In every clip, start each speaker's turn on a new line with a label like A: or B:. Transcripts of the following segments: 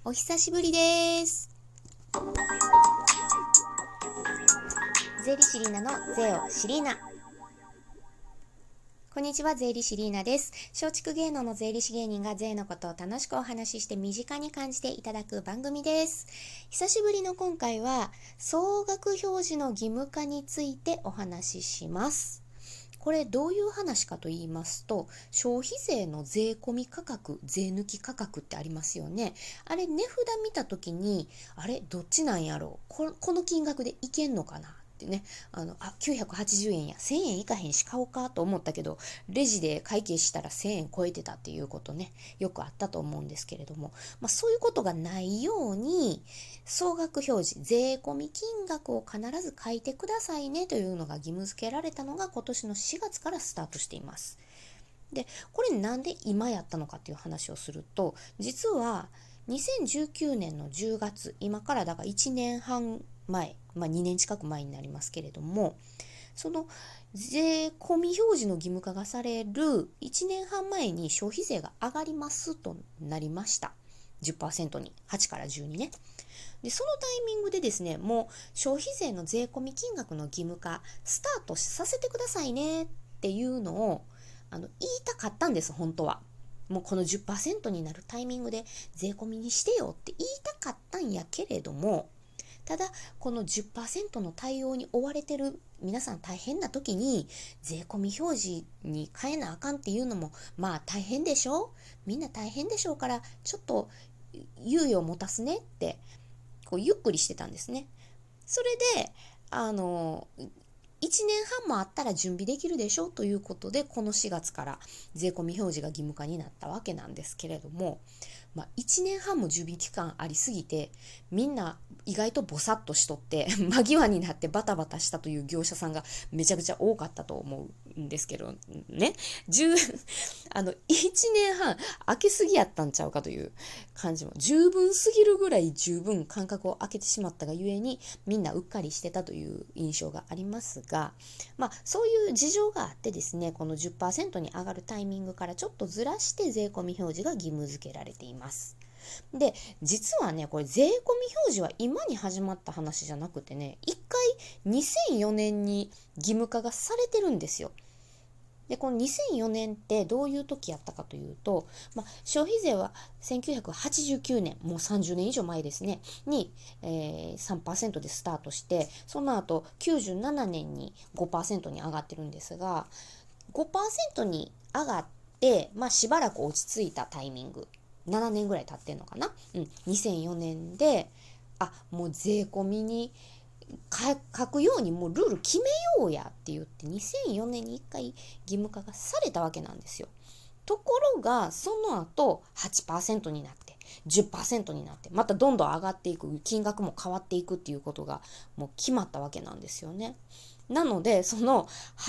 A: お久しぶりです。税理士リーナの税をシリーナ。こんにちは、税理士リーナです。松竹芸能の税理士芸人が税のことを楽しくお話しして身近に感じていただく番組です。久しぶりの今回は総額表示の義務化についてお話しします。これどういう話かと言いますと、消費税の税込み価格、税抜き価格ってありますよね。あれ値札見た時に、あれどっちなんやろう、この金額でいけんのかなってね、980円や1000円いかへんし買おうかと思ったけど、レジで会計したら1000円超えてたっていうことね、よくあったと思うんですけれども、そういうことがないように、総額表示、税込み金額を必ず書いてくださいねというのが義務付けられたのが今年の4月からスタートしています。で、これなんで今やったのかっていう話をすると、実は2019年の10月、今からだから1年半前、2年近く前になりますけれども、その税込み表示の義務化がされる1年半前に消費税が上がりますとなりました。10% に、8から10にね。で、そのタイミングでですね、もう消費税の税込み金額の義務化、スタートさせてくださいねっていうのを言いたかったんです、本当は。もうこの 10% になるタイミングで税込みにしてよって言いたかったんやけれども、ただこの 10% の対応に追われてる皆さん大変な時に税込み表示に変えなあかんっていうのも大変でしょ、みんな大変でしょうから、ちょっと猶予を持たすねってこうゆっくりしてたんですね。それで1年半もあったら準備できるでしょということで、この4月から税込み表示が義務化になったわけなんですけれども、1年半も準備期間ありすぎて、みんな意外とボサッとしとって間際になってバタバタしたという業者さんがめちゃくちゃ多かったと思うんですけどね。1年半空けすぎやったんちゃうかという感じも、十分すぎるぐらい十分間隔を空けてしまったがゆえに、みんなうっかりしてたという印象がありますが、そういう事情があってですね、この 10% に上がるタイミングからちょっとずらして税込み表示が義務付けられています。で、実はね、これ税込み表示は今に始まった話じゃなくてね、一回2004年に義務化がされてるんですよ。で、この2004年ってどういう時やったかというと、消費税は1989年、もう30年以上前ですね、に、3% でスタートして、その後97年に 5% に上がってるんですが、5% に上がって、しばらく落ち着いたタイミング、7年ぐらい経ってんのかな、2004年で、もう税込みに書くようにもうルール決めようやって言って2004年に1回義務化がされたわけなんですよ。ところがその後 8% になって10% になって、またどんどん上がっていく、金額も変わっていくっていうことがもう決まったわけなんですよね。なのでその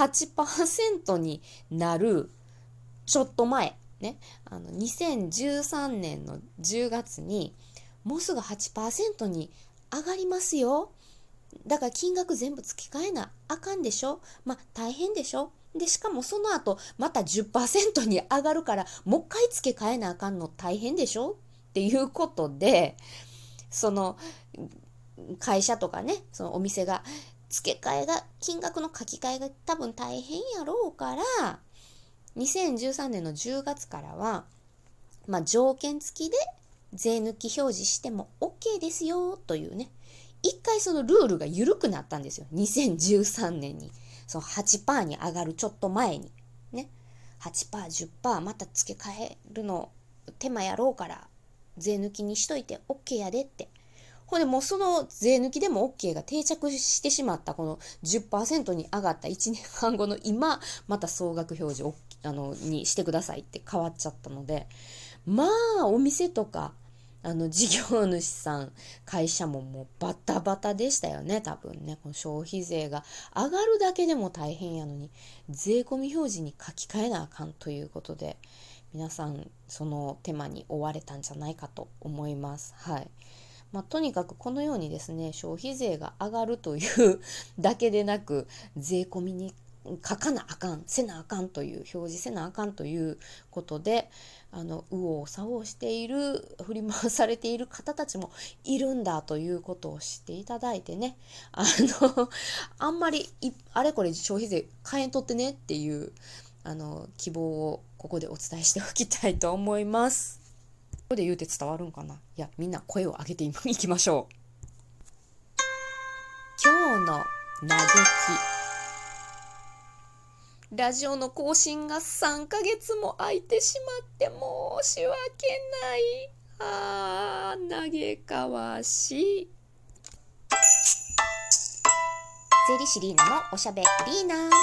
A: 8% になるちょっと前ね、2013年の10月にもうすぐ 8% に上がりますよ、だから金額全部付け替えなあかんでしょ、大変でしょ、でしかもその後また 10% に上がるからもう一回付け替えなあかんの大変でしょっていうことで、その会社とかね、そのお店が付け替えが、金額の書き換えが多分大変やろうから、2013年の10月からは、条件付きで税抜き表示しても OK ですよというね、一回そのルールが緩くなったんですよ。2013年に。その 8% に上がるちょっと前に。ね。8%、10%また付け替えるの手間やろうから税抜きにしといて OK やでって。ほんでもうその税抜きでも OK が定着してしまったこの 10% に上がった1年半後の今、また総額表示をにしてくださいって変わっちゃったので、お店とか事業主さん、会社ももうバタバタでしたよね、多分ね。この消費税が上がるだけでも大変やのに、税込み表示に書き換えなあかんということで、皆さんその手間に追われたんじゃないかと思います。はい。とにかくこのようにですね、消費税が上がるというだけでなく、税込みに書かなあかん、せなあかんという、表示せなあかんということで、右往左往している、振り回されている方たちもいるんだということを知っていただいてね、あんまりあれこれ消費税買えんとってねっていう、希望をここでお伝えしておきたいと思います。ここで言うて伝わるんかな。いや、みんな声を上げていきましょう。今日の嘆き。ラジオの更新が3ヶ月も空いてしまって申し訳ない。嘆かわしい。税理士リーナのおしゃべりーナ。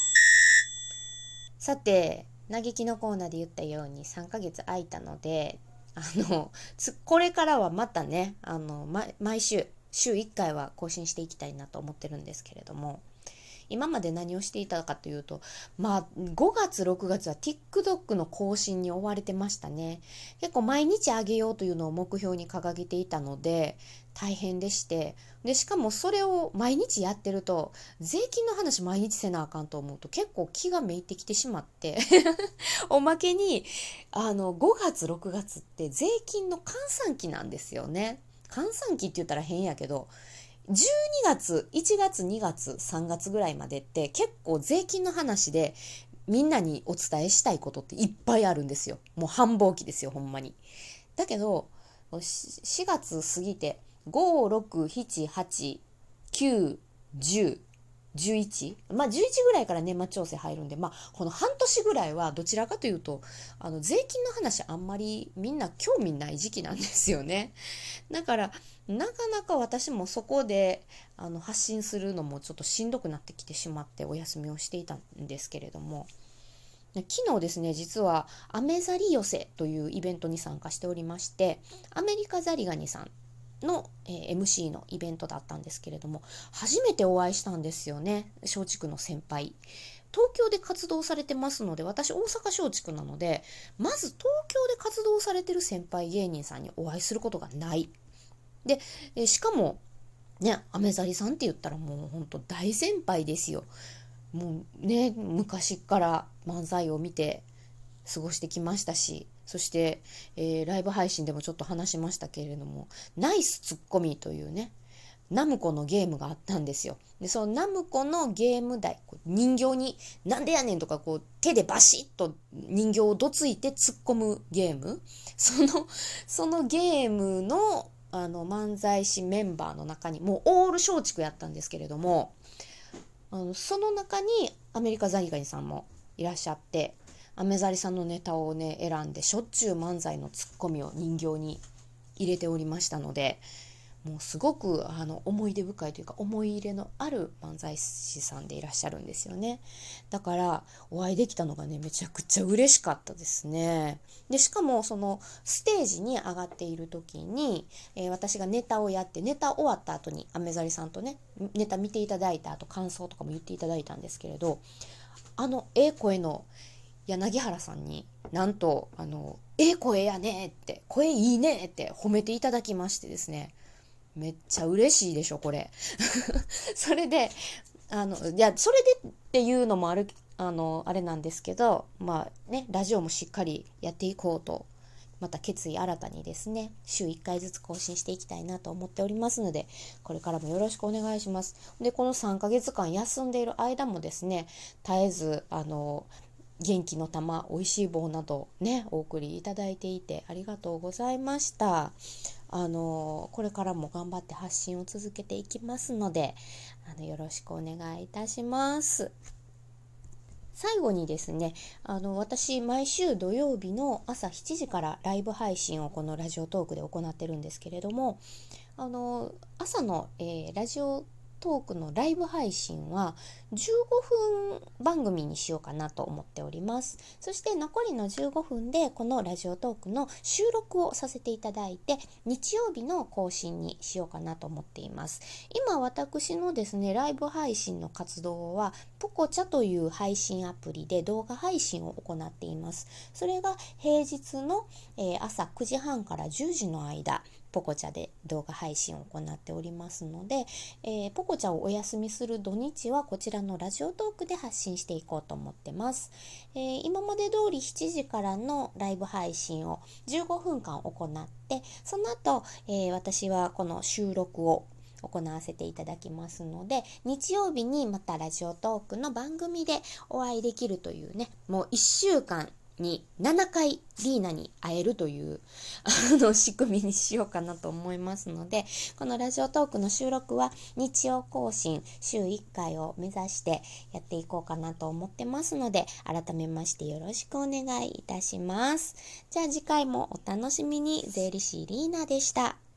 A: さて、嘆きのコーナーで言ったように3ヶ月空いたので、これからはまたね、毎週1回は更新していきたいなと思ってるんですけれども、今まで何をしていたかというと、5月6月は TikTok の更新に追われてましたね。結構毎日上げようというのを目標に掲げていたので大変でして、でしかもそれを毎日やってると税金の話毎日せなあかんと思うと結構気がめいてきてしまっておまけに5月6月って税金の換算期なんですよね。換算期って言ったら変やけど、12月、1月、2月、3月ぐらいまでって結構税金の話でみんなにお伝えしたいことっていっぱいあるんですよ。もう繁忙期ですよ、ほんまに。だけど、4月過ぎて5、6、7、8、9、10、11、11ぐらいから年末調整入るんで、この半年ぐらいはどちらかというと税金の話あんまりみんな興味ない時期なんですよね。だからなかなか私もそこで発信するのもちょっとしんどくなってきてしまってお休みをしていたんですけれども、昨日ですね、実はアメザリ寄せというイベントに参加しておりまして、アメリカザリガニさんの、MC のイベントだったんですけれども、初めてお会いしたんですよね。松竹の先輩、東京で活動されてますので、私大阪松竹なので、まず東京で活動されてる先輩芸人さんにお会いすることがないで、しかもね、アメザリさんって言ったらもうほんと大先輩ですよ。もうね、昔から漫才を見て過ごしてきましたし、そして、ライブ配信でもちょっと話しましたけれども、ナイスツッコミというね、ナムコのゲームがあったんですよ。で、そのナムコのゲーム台、人形になんでやねんとか手でバシッと人形をどついて突っ込むゲーム、そのゲームの漫才師メンバーの中に、もうオール松竹やったんですけれども、その中にアメリカザリガニさんもいらっしゃって、アメザリさんのネタをね選んでしょっちゅう漫才のツッコミを人形に入れておりましたので、もうすごく思い出深いというか思い入れのある漫才師さんでいらっしゃるんですよね。だからお会いできたのがねめちゃくちゃ嬉しかったですね。でしかもそのステージに上がっている時に、私がネタをやって、ネタ終わった後にアメザリさんとねネタ見ていただいた後感想とかも言っていただいたんですけれど、声の柳原さんになんと声やねって声いいねって褒めていただきましてですね、めっちゃ嬉しいでしょこれそれでいやそれでっていうのもあるあれなんですけど、ラジオもしっかりやっていこうとまた決意新たにですね、週1回ずつ更新していきたいなと思っておりますので、これからもよろしくお願いします。で、この3ヶ月間休んでいる間もですね、絶えず元気の玉、おいしい棒などねお送りいただいていてありがとうございました。これからも頑張って発信を続けていきますので、よろしくお願いいたします。最後にですね、私毎週土曜日の朝7時からライブ配信をこのラジオトークで行ってるんですけれども、朝の、ラジオトークのライブ配信は15分番組にしようかなと思っております。そして残りの15分でこのラジオトークの収録をさせていただいて日曜日の更新にしようかなと思っています。今私のですねライブ配信の活動はポコチャという配信アプリで動画配信を行っています。それが平日の、朝9時半から10時の間ポコチャで動画配信を行っておりますので、ポコチャをお休みする土日はこちらのラジオトークで発信していこうと思ってます。今まで通り7時からのライブ配信を15分間行って、その後、私はこの収録を行わせていただきますので、日曜日にまたラジオトークの番組でお会いできるというね、もう1週間に7回リーナに会えるという仕組みにしようかなと思いますので、このラジオトークの収録は日曜更新週1回を目指してやっていこうかなと思ってますので、改めましてよろしくお願いいたします。じゃあ次回もお楽しみに。税理士リーナでした。